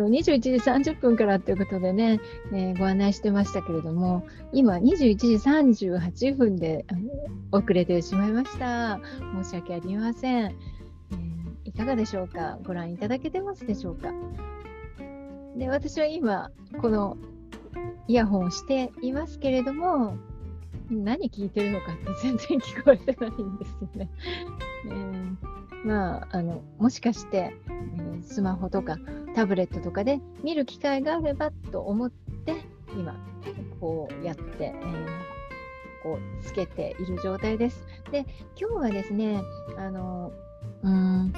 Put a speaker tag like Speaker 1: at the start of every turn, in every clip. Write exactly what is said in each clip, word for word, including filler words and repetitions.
Speaker 1: のにじゅういちじさんじゅっぷんからということでね、えーご案内してましたけれども、今にじゅういちじさんじゅうはっぷんであの遅れてしまいました。申し訳ありません。えーいかがでしょうか。ご覧いただけてますでしょうか。で、私は今このイヤホンをしていますけれども、何聞いてるのかって全然聞こえてないんですよね。えーまあ、あのもしかして、えースマホとかタブレットとかで見る機会があればと思って今こうやって、えーこうつけている状態です。で、今日はですね、あのうーん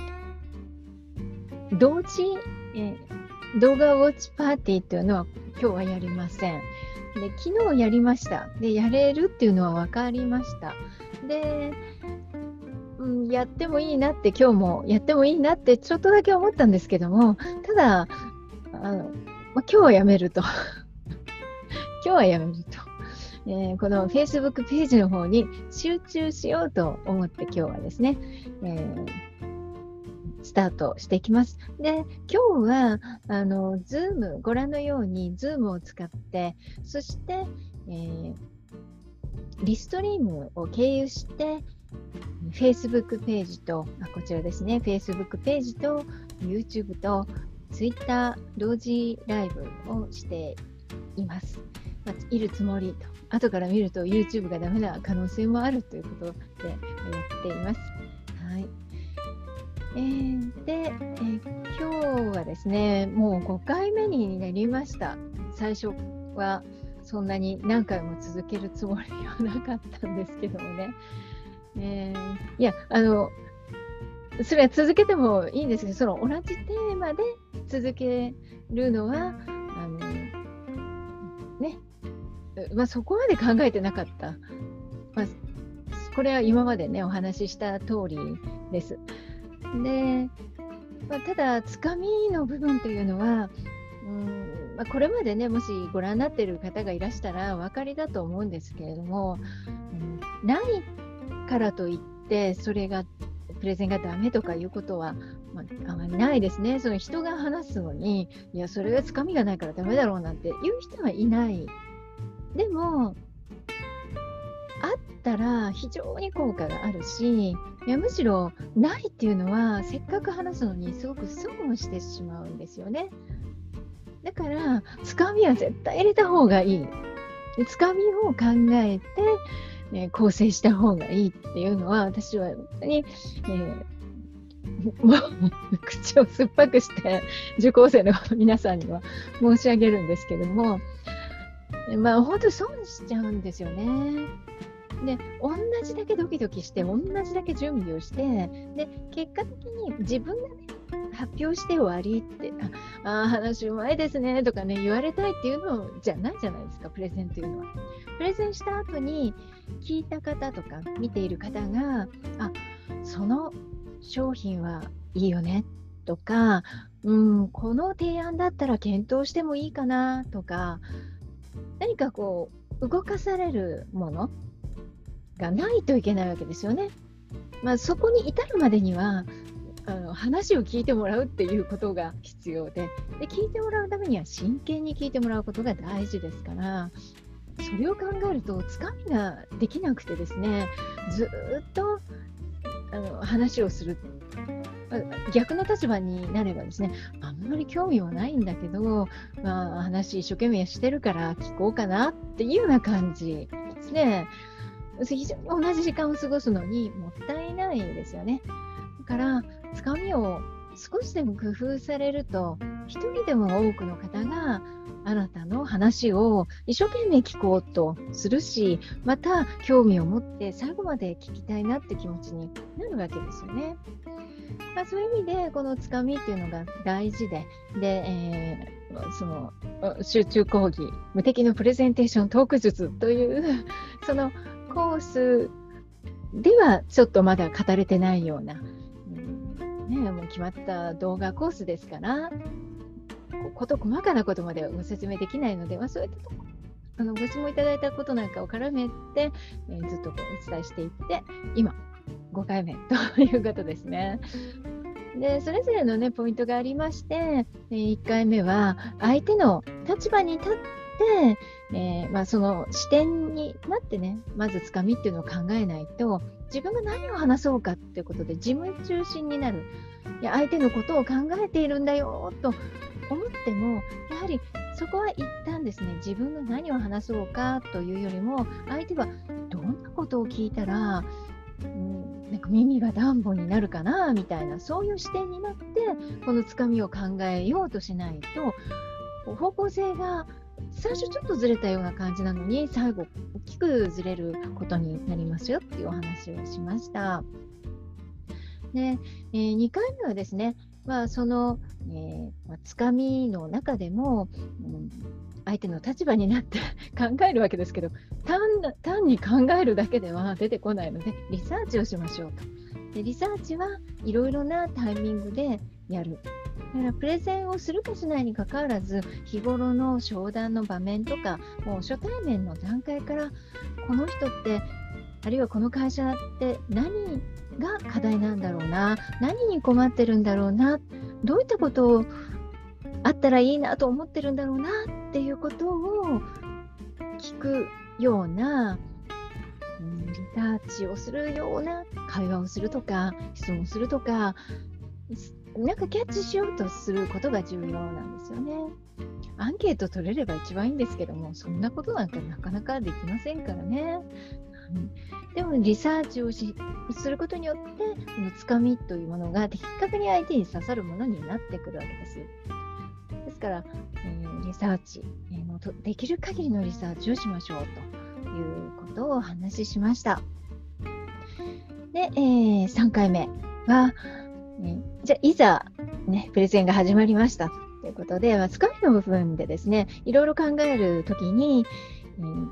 Speaker 1: 同時、えー動画ウォッチパーティーというのは今日はやりません。で、昨日やりました。で、やれるっていうのは分かりました。で、うん、やってもいいなって、今日もやってもいいなってちょっとだけ思ったんですけども、ただ、あのまあ、今日はやめると。今日はやめると。えーこの Facebook ページの方に集中しようと思って今日はですね、えースタートしていきます。で、今日はあの Zoom、ご覧のように Zoom を使って、そして、えーリストリームを経由して、Facebook ページと、あこちらですね、Facebook ページと YouTube と Twitter 同時ライブをしています。まあ、いるつもりと、後から見ると YouTube がダメな可能性もあるということでやっています。はい。えー、で、えー今日はですね、もうごかいめになりました。最初はそんなに何回も続けるつもりはなかったんですけどもね。えーいや、あの、それは続けてもいいんですけど、その同じテーマで続けるのは、あの、ね、まあ、そこまで考えてなかった。まあ、これは今までね、お話しした通りです。で、まあ、ただ、つかみの部分というのは、うんまあ、これまでね、もしご覧になっている方がいらしたらお分かりだと思うんですけれども、うんないからといって、それがプレゼンがダメとかいうことは、まあ、あまりないですね。その人が話すのに、いや、それはつかみがないからダメだろうなんて言う人はいない。でも、あったら非常に効果があるし、いやむしろないっていうのは、せっかく話すのにすごく損をしてしまうんですよね。だから、つかみは絶対入れた方がいい。でつかみを考えて、えー構成した方がいいっていうのは、私は本当に、えーもう口を酸っぱくして受講生の皆さんには申し上げるんですけども、まあ本当に損しちゃうんですよね。で、同じだけドキドキして、同じだけ準備をして、で、結果的に自分がね、発表して終わりって、ああー、話うまいですねとかね、言われたいっていうのじゃないじゃないですか、プレゼンというのは。プレゼンした後に、聞いた方とか、見ている方が、あ、その商品はいいよねとか、うん、この提案だったら検討してもいいかなとか、何かこう、動かされるものがないといけないわけですよね。まあ、そこに至るまでにはあの話を聞いてもらうっていうことが必要で、で聞いてもらうためには真剣に聞いてもらうことが大事ですから、それを考えるとつかみができなくてですね、ずっとあの話をする。逆の立場になればですね、あんまり興味はないんだけど、まあ、話一生懸命してるから聞こうかなっていうような感じですね。非常に同じ時間を過ごすのにもったいないですよね。だから、つかみを少しでも工夫されると、一人でも多くの方があなたの話を一生懸命聞こうとするし、また興味を持って最後まで聞きたいなって気持ちになるわけですよね。まあ、そういう意味でこのつかみっていうのが大事で、で、えー、その集中講義無敵のプレゼンテーショントーク術というそのコースではちょっとまだ語れてないような、うんね、もう決まった動画コースですから、こと細かなことまではご説明できないので、まあ、そういったところあのご質問いただいたことなんかを絡めて、えー、ずっとこうお伝えしていって、今ごかいめということですね。 でそれぞれの、ね、ポイントがありまして、いっかいめは相手の立場に立って、えーまあ、その視点になってね、まずつかみっていうのを考えないと、自分が何を話そうかっていうことで自分中心になる。いや相手のことを考えているんだよと思っても、やはりそこは一旦ですね、自分が何を話そうかというよりも、相手はどんなことを聞いたら、うん、なんか耳が暖房になるかなみたいな、そういう視点になってこのつかみを考えようとしないと、方向性が最初ちょっとずれたような感じなのに、最後大きくずれることになりますよっていうお話をしました。で、えー、にかいめはですね、まあ、その、えーまあ、つかみの中でも、うん、相手の立場になって考えるわけですけど、単、単に考えるだけでは出てこないので、リサーチをしましょうと。でリサーチはいろいろなタイミングでやる。だからプレゼンをするかしないにかかわらず、日頃の商談の場面とか、もう初対面の段階から、この人って、あるいはこの会社って何が課題なんだろうな、何に困ってるんだろうな、どういったことをあったらいいなと思ってるんだろうなっていうことを聞くような、うん、リサーチをするような会話をするとか、質問するとか、なんかキャッチしようとすることが重要なんですよね。アンケート取れれば一番いいんですけども、そんなことなんかなかなかできませんからね。でもリサーチをしすることによって、このつかみというものが的確に相手に刺さるものになってくるわけです。ですから、えー、リサーチ、えー、もうできる限りのリサーチをしましょうということをお話ししました。で、えー、さんかいめは、えー、じゃあいざ、ね、プレゼンが始まりましたということで、まあ、つかみの部分でですね、いろいろ考えるときに、えー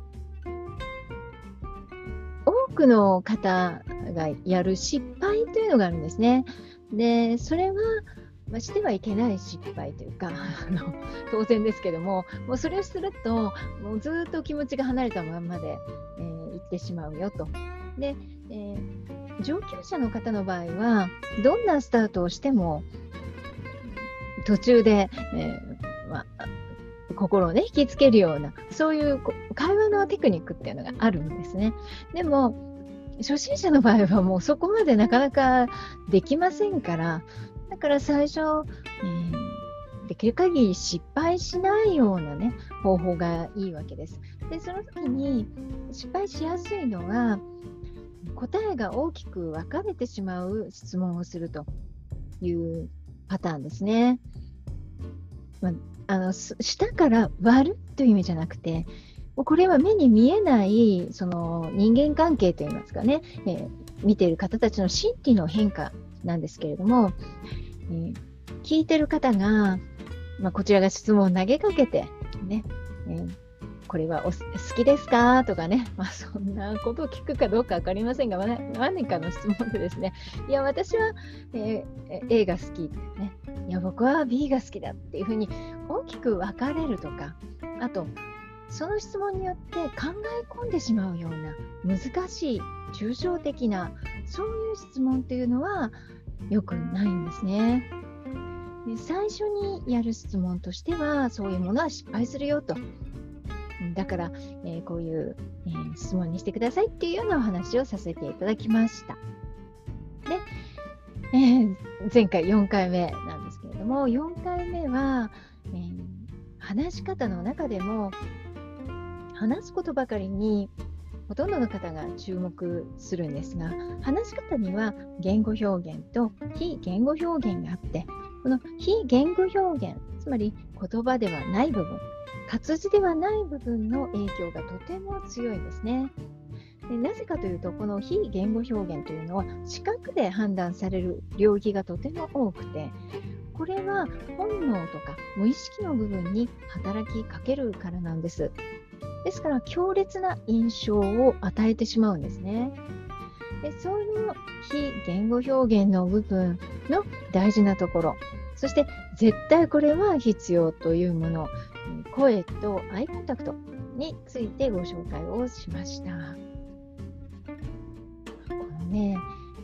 Speaker 1: 多くの方がやる失敗というのがあるんですね。で、それは、まあ、してはいけない失敗というか、あの当然ですけども、もうそれをすると、もうずっと気持ちが離れたままで、えー、行ってしまうよと。で、えー、上級者の方の場合は、どんなスタートをしても、途中で、えーまあ心をね、引きつけるような、そういう会話のテクニックっていうのがあるんですね。でも、初心者の場合はもうそこまでなかなかできませんから、だから最初、えー、できる限り失敗しないようなね、方法がいいわけです。で、その時に失敗しやすいのは、答えが大きく分かれてしまう質問をするというパターンですね。まああの下から割るという意味じゃなくて、これは目に見えないその人間関係といいますかね、えー、見ている方たちの心理の変化なんですけれども、えー、聞いている方が、まあ、こちらが質問を投げかけて、ねえー、これはお好きですかとかね、まあ、そんなことを聞くかどうか分かりませんが、何かの質問でですね、いや、私は、えー、A が好きってね、いや、僕は B が好きだっていうふうに大きく分かれるとか、あと、その質問によって考え込んでしまうような難しい、抽象的な、そういう質問っていうのは良くないんですね。で、最初にやる質問としては、そういうものは失敗するよと。だから、えー、こういう、えー、質問にしてくださいっていうようなお話をさせていただきました。で、えー、前回よんかいめなんですけれども、よんかいめは、えー、話し方の中でも話すことばかりにほとんどの方が注目するんですが、話し方には言語表現と非言語表現があって、この非言語表現、つまり言葉ではない部分、活字ではない部分の影響がとても強いんですね。でなぜかというと、この非言語表現というのは視覚で判断される領域がとても多くて、これは本能とか無意識の部分に働きかけるからなんです。ですから強烈な印象を与えてしまうんですね。でその非言語表現の部分の大事なところ、そして絶対これは必要というもの、声とアイコンタクトについてご紹介をしました。このね、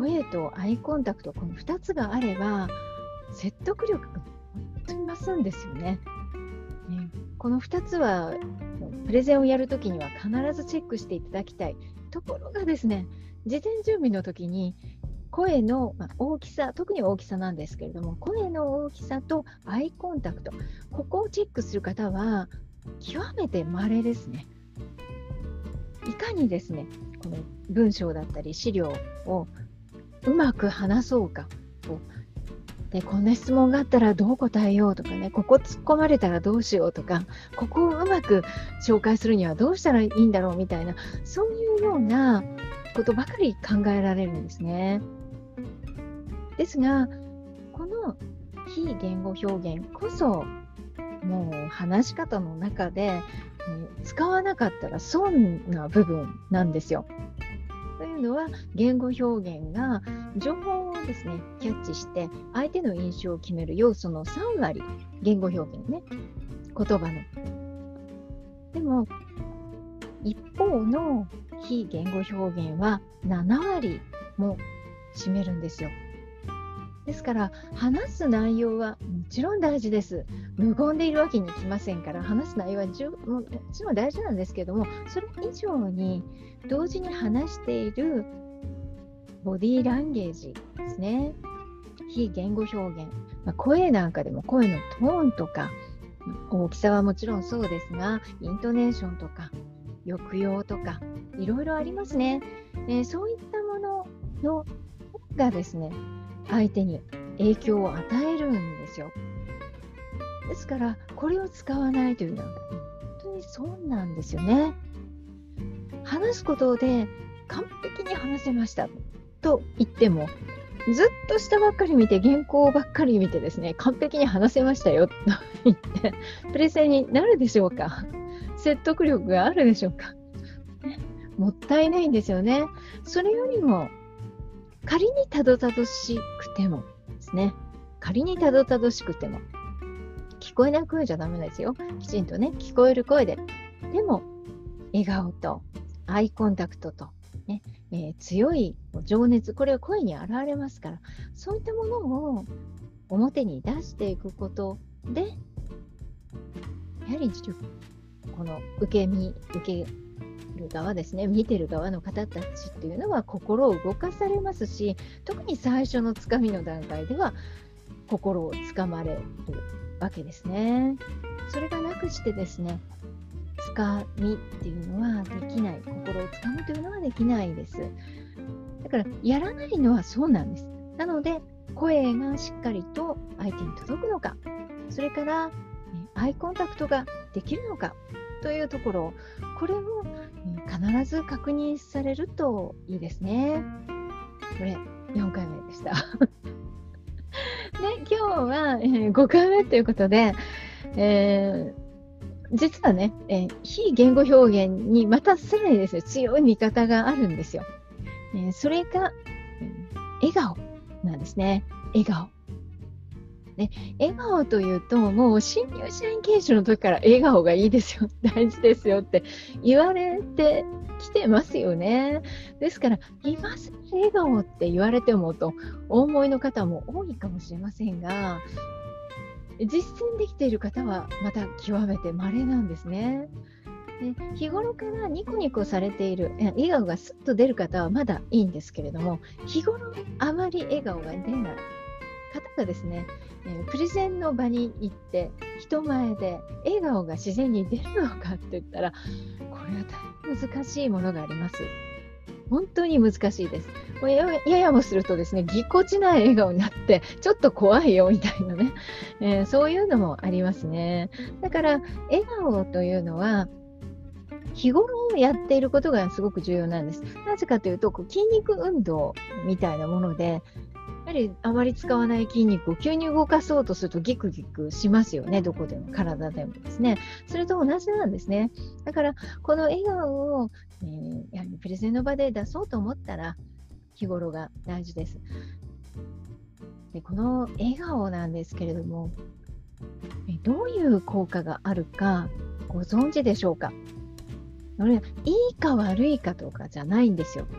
Speaker 1: 声とアイコンタクト、このふたつがあれば説得力が本当に増すんですよね。ね、このふたつはプレゼンをやるときには必ずチェックしていただきたいところがですね、事前準備のときに声の大きさ、特に大きさなんですけれども、声の大きさとアイコンタクト、ここをチェックする方は極めて稀ですね。いかにですね、この文章だったり資料をうまく話そうかと。で、こんな質問があったらどう答えようとかね、ここ突っ込まれたらどうしようとか、ここをうまく紹介するにはどうしたらいいんだろうみたいな、そういうようなことばかり考えられるんですね。ですが、この非言語表現こそ、もう話し方の中で、えー使わなかったら損な部分なんですよ。というのは、言語表現が情報をですね、キャッチして相手の印象を決める要素のさんわり、言語表現ね、言葉の。でも、一方の非言語表現はななわりも占めるんですよ。ですから、話す内容はもちろん大事です。無言でいるわけにいきませんから、話す内容はじゅももちろん大事なんですけども、それ以上に同時に話しているボディーランゲージですね。非言語表現。まあ、声なんかでも声のトーンとか、大きさはもちろんそうですが、イントネーションとか、抑揚とか、いろいろありますね。えーそういったもののがですね、相手に影響を与えるんですよ。ですから、これを使わないというのは本当にそうなんですよね。話すことで完璧に話せましたと言っても、ずっと下ばっかり見て、原稿ばっかり見てですね、完璧に話せましたよと言って、プレゼンになるでしょうか？説得力があるでしょうか？ね、もったいないんですよね。それよりも、仮にたどたどしくてもですね、仮にたどたどしくても、聞こえない声じゃダメですよ。きちんとね、聞こえる声で。でも、笑顔とアイコンタクトと、ねえー強い情熱、これは声に現れますから、そういったものを表に出していくことで、やはりこの受け身、受ける側ですね、見てる側の方たちっていうのは心を動かされますし、特に最初のつかみの段階では心をつかまれるわけですね。それがなくしてですね、つかみっていうのはできない、心をつかむというのはできないです。だからやらないのはそうなんです。なので、声がしっかりと相手に届くのか、それからアイコンタクトができるのかというところ、これを必ず確認されるといいですね。これよんかいめでした。で、今日は、えー、ごかいめということで、えー実はね、えー非言語表現にまたさらにですね、強い見方があるんですよ。えーそれが、うん、笑顔なんですね。笑顔。ね、笑顔というと、もう新入社員研修の時から笑顔がいいですよ、大事ですよって言われてきてますよね。ですから、今更笑顔って言われてもとお思いの方も多いかもしれませんが、実践できている方はまた極めて稀なんですね。で、日頃からニコニコされている、え笑顔がスッと出る方はまだいいんですけれども、日頃あまり笑顔が出ない方がですね、えープレゼンの場に行って人前で笑顔が自然に出るのかって言ったら、これは大変難しいものがあります。本当に難しいです。もうやややもするとですね、ぎこちない笑顔になって、ちょっと怖いよみたいなね、えーそういうのもありますね。だから、笑顔というのは、日頃やっていることがすごく重要なんです。なぜかというと、こう筋肉運動みたいなもので、やはりあまり使わない筋肉を急に動かそうとするとギクギクしますよね。どこでも、体でもですね。それと同じなんですね。だから、この笑顔を、えーやはりプレゼンの場で出そうと思ったら、日頃が大事です。で、この笑顔なんですけれども、えどういう効果があるかご存知でしょうか？これいいか悪いかとかじゃないんですよ。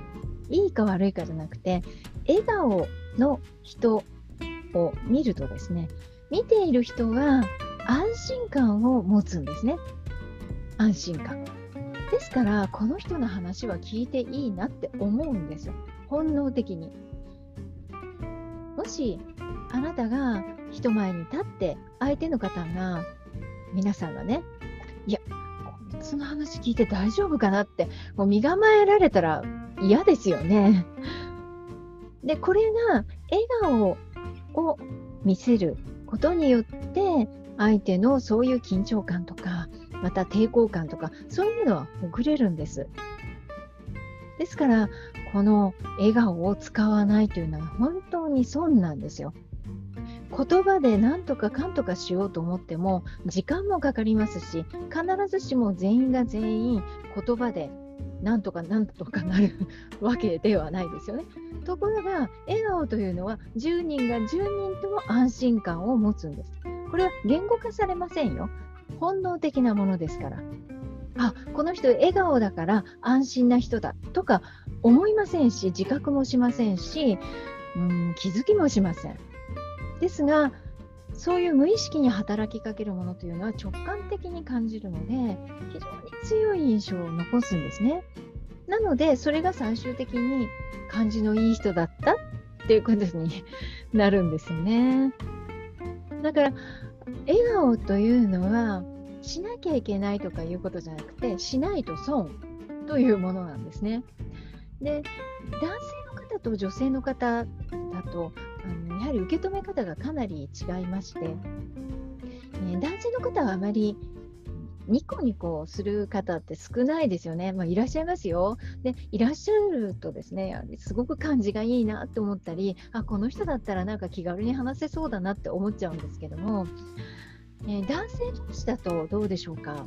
Speaker 1: いいか悪いかじゃなくて、笑顔の人を見るとですね、見ている人は安心感を持つんですね。安心感。ですから、この人の話は聞いていいなって思うんですよ。本能的に。もし、あなたが人前に立って、相手の方が、皆さんがね、いや、こいつの話聞いて大丈夫かなって、もう身構えられたら嫌ですよね。で、これが笑顔を見せることによって、相手のそういう緊張感とか、また抵抗感とか、そういうのはほぐれるんです。ですから、この笑顔を使わないというのは本当に損なんですよ。言葉で何とかかんとかしようと思っても時間もかかりますし、必ずしも全員が全員言葉で何とか何とかなるわけではないですよね。ところが笑顔というのはじゅうにんがじゅうにんとも安心感を持つんです。これは言語化されませんよ。本能的なものですから。あ、この人笑顔だから安心な人だとか思いませんし、自覚もしませんし、うーん、気づきもしません。ですが、そういう無意識に働きかけるものというのは直感的に感じるので、非常に強い印象を残すんですね。なので、それが最終的に感じのいい人だったっていうことになるんですよね。だから、笑顔というのは、しなきゃいけないとかいうことじゃなくて、しないと損というものなんですね。で、男性の方と女性の方だと、あのやはり受け止め方がかなり違いまして、ね、男性の方はあまりニコニコする方って少ないですよね。まあ、いらっしゃいますよ。で、いらっしゃるとですね、すごく感じがいいなって思ったり、あ、この人だったらなんか気軽に話せそうだなって思っちゃうんですけども、えー男性同士だとどうでしょうか。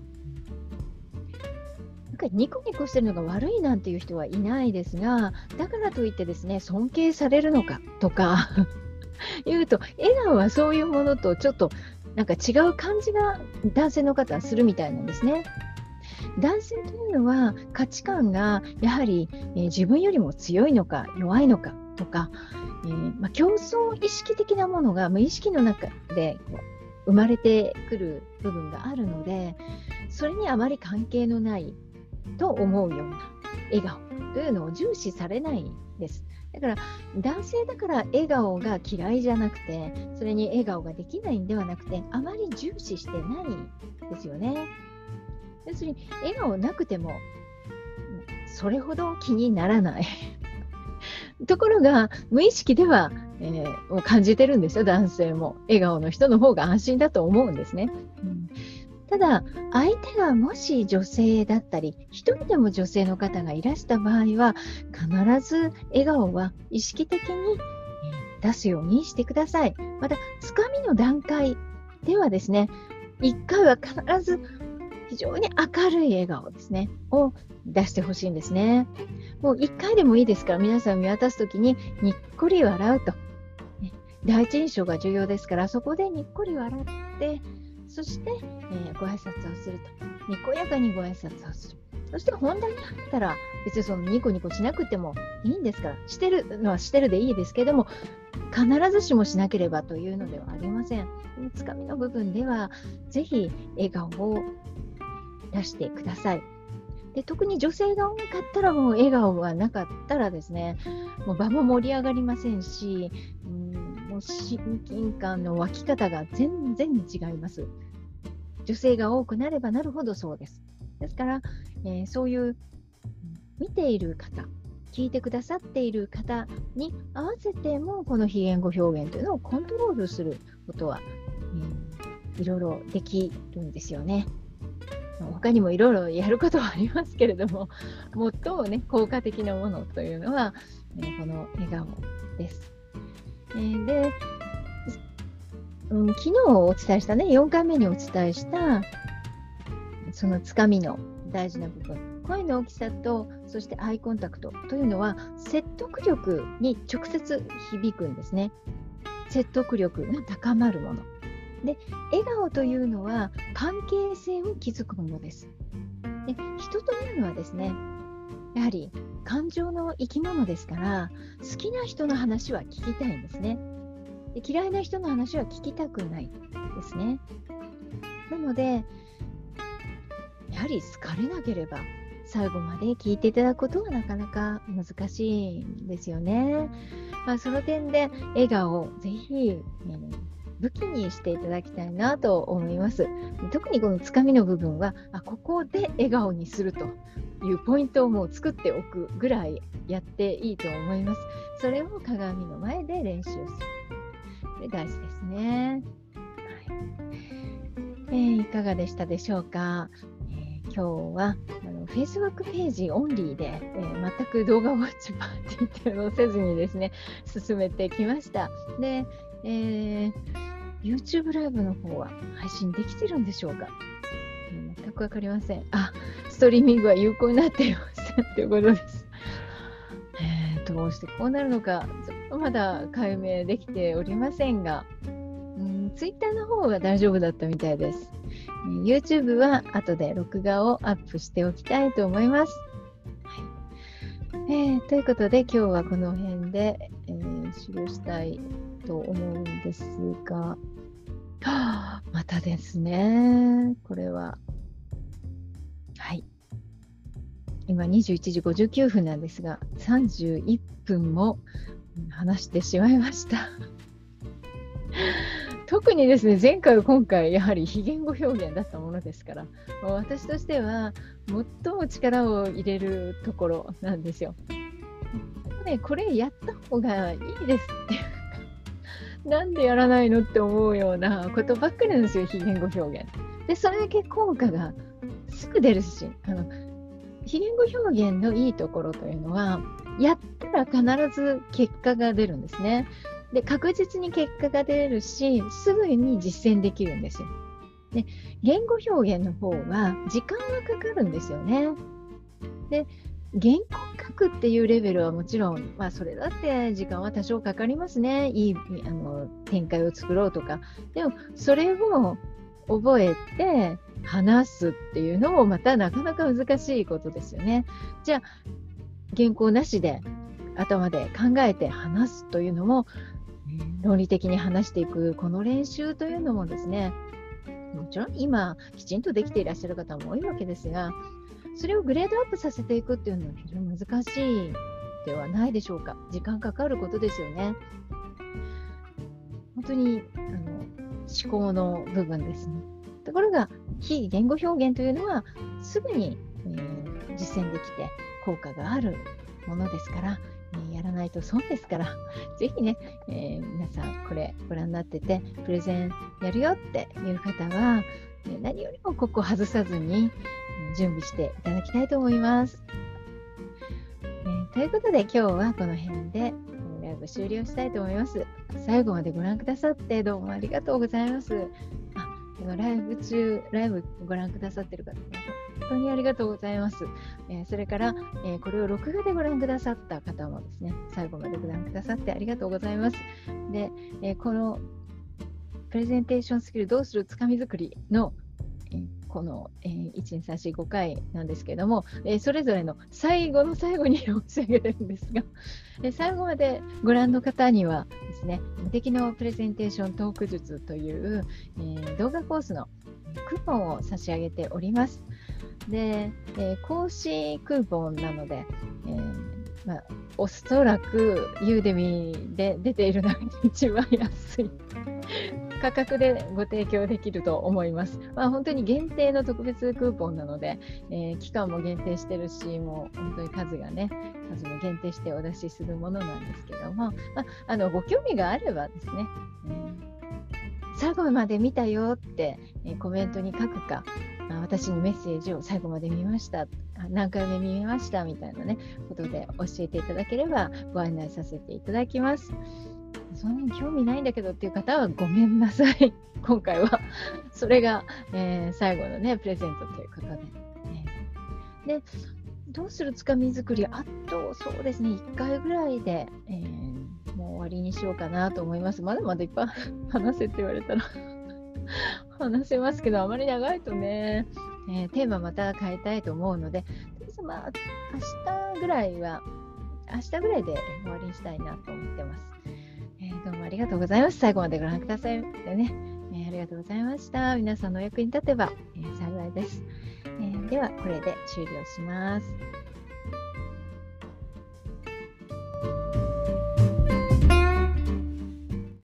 Speaker 1: なんかニコニコしてるのが悪いなんていう人はいないですが、だからといってですね、尊敬されるのかとか言うと、笑顔はそういうものとちょっとなんか違う感じが男性の方はするみたいなんですね。男性というのは価値観がやはり、えー自分よりも強いのか弱いのかとか、えーまあ、競争意識的なものが無意識の中でこう生まれてくる部分があるので、それにあまり関係のないと思うような笑顔というのを重視されないんです。だから男性だから笑顔が嫌いじゃなくて、それに笑顔ができないんではなくて、あまり重視してないですよね。要するに笑顔なくてもそれほど気にならないところが無意識では、えー、を感じてるんですよ。男性も笑顔の人の方が安心だと思うんですね。うん、ただ相手がもし女性だったり一人でも女性の方がいらした場合は、必ず笑顔は意識的に、えー出すようにしてください。またつかみの段階ではですね、いっかいは必ず非常に明るい笑顔ですねを出してほしいんですね。もういっかいでもいいですから、皆さん見渡すときににっこり笑うと、ね、第一印象が重要ですから、そこでにっこり笑って、そして、えーご挨拶をすると、にこやかにご挨拶をする。そして本題に入ったら、別にそのニコニコしなくてもいいんですから、してるのはしてるでいいですけども、必ずしもしなければというのではありません。つかみの部分では、ぜひ笑顔を出してください。で、特に女性が多かったら、もう笑顔がなかったらですね、もう場も盛り上がりませんし、うん、もう親近感の湧き方が全然違います。女性が多くなればなるほどそうです。ですから、えーそういう見ている方、聞いてくださっている方に合わせても、この非言語表現というのをコントロールすることは、えーいろいろできるんですよね。他にもいろいろやることはありますけれども、最もね、効果的なものというのは、えーこの笑顔です。えーで、うん、昨日お伝えしたね、よんかいめにお伝えした、そのつかみの大事な部分、声の大きさと、そしてアイコンタクトというのは、説得力に直接響くんですね。説得力が高まるもの。で、笑顔というのは関係性を築くものです。で、人というのはですね、やはり感情の生き物ですから、好きな人の話は聞きたいんですね。で、嫌いな人の話は聞きたくないですね。なので、やはり好かれなければ最後まで聞いていただくことはなかなか難しいんですよね。まあ、その点で笑顔をぜひ、えー武器にしていただきたいなと思います。特にこのつかみの部分は、あ、ここで笑顔にするというポイントをもう作っておくぐらいやっていいと思います。それを鏡の前で練習する。これ大事ですね。はい。えー、いかがでしたでしょうか。えー、今日はあの Facebook ページオンリーで、えー、全く動画ウォッチパーティーっていうのをせずにですね、進めてきました。で、えー、YouTube ライブの方は配信できてるんでしょうか。全くわかりません。あ、ストリーミングは有効になっていませんということです。えー、どうしてこうなるのか、ちょっとまだ解明できておりませんが、うん、Twitter の方は大丈夫だったみたいです。YouTube は後で録画をアップしておきたいと思います。はい。えー、ということで今日はこの辺で、えー、終了したいと思うんですが、はあ、またですね、これははい今にじゅういちじごじゅうきゅうふんなんですが、さんじゅういっぷんも話してしまいました特にですね、前回今回やはり非言語表現だったものですから、私としては最も力を入れるところなんですよ。ね、これやった方がいいですっていうなんでやらないのって思うようなことばっかりなんですよ、非言語表現。で、それだけ効果がすぐ出るし、あの非言語表現のいいところというのは、やったら必ず結果が出るんですね。で、確実に結果が出るし、すぐに実践できるんですよ。で、言語表現の方は時間がかかるんですよね。で、原稿書くっていうレベルはもちろん、まあ、それだって時間は多少かかりますね。いいあの展開を作ろうとか。でも、それを覚えて話すっていうのもまたなかなか難しいことですよね。じゃあ、原稿なしで頭で考えて話すというのも、論理的に話していくこの練習というのもですね、もちろん今きちんとできていらっしゃる方も多いわけですが、それをグレードアップさせていくっていうのは非常に難しいではないでしょうか。時間かかることですよね。本当にあの思考の部分ですね。ところが非言語表現というのはすぐに、えー、実践できて効果があるものですから、えー、やらないと損ですから、ぜひね、えー、皆さんこれご覧になっててプレゼンやるよっていう方は、えー、何よりもここ外さずに準備していただきたいと思います。えー、ということで今日はこの辺でライブ終了したいと思います。最後までご覧くださってどうもありがとうございます。あ、ライブ中、ライブご覧くださってる方、本当にありがとうございます。えー、それから、えー、これを録画でご覧くださった方もですね、最後までご覧くださってありがとうございます。で、えー、このプレゼンテーションスキルどうするつかみ作りのこの、えー、いち、に、さん、よん、ごかいなんですけれども、えー、それぞれの最後の最後に申し上げてるんですが、えー、最後までご覧の方にはですね、無敵のプレゼンテーショントーク術という、えー、動画コースのクーポンを差し上げております。で、えー、講師クーポンなので、えーまあ、おそらくユーデミーで出ている中で一番安い価格でご提供できると思います。まあ、本当に限定の特別クーポンなので、えー、期間も限定してるし、もう本当に数がね、数も限定してお出しするものなんですけども、まあ、あのご興味があればですね、うん、最後まで見たよって、えー、コメントに書くか、私にメッセージを最後まで見ました、何回目見ましたみたいなね、ことで教えていただければご案内させていただきます。そんなに興味ないんだけどっていう方はごめんなさい。今回はそれが、えー、最後のねプレゼントということで、えー、でどうするつかみ作り、あとそうですねいっかいぐらいで、えー、もう終わりにしようかなと思います。まだまだいっぱい話せって言われたら話せますけど、あまり長いとね、えー、テーマまた変えたいと思うので、まあ、明日ぐらいは、明日ぐらいで終わりにしたいなと思ってます。えー、どうもありがとうございます。最後までご覧くださいでね、えー、ありがとうございました。皆さんのお役に立てば、えー、幸いです。えー、では、これで終了します。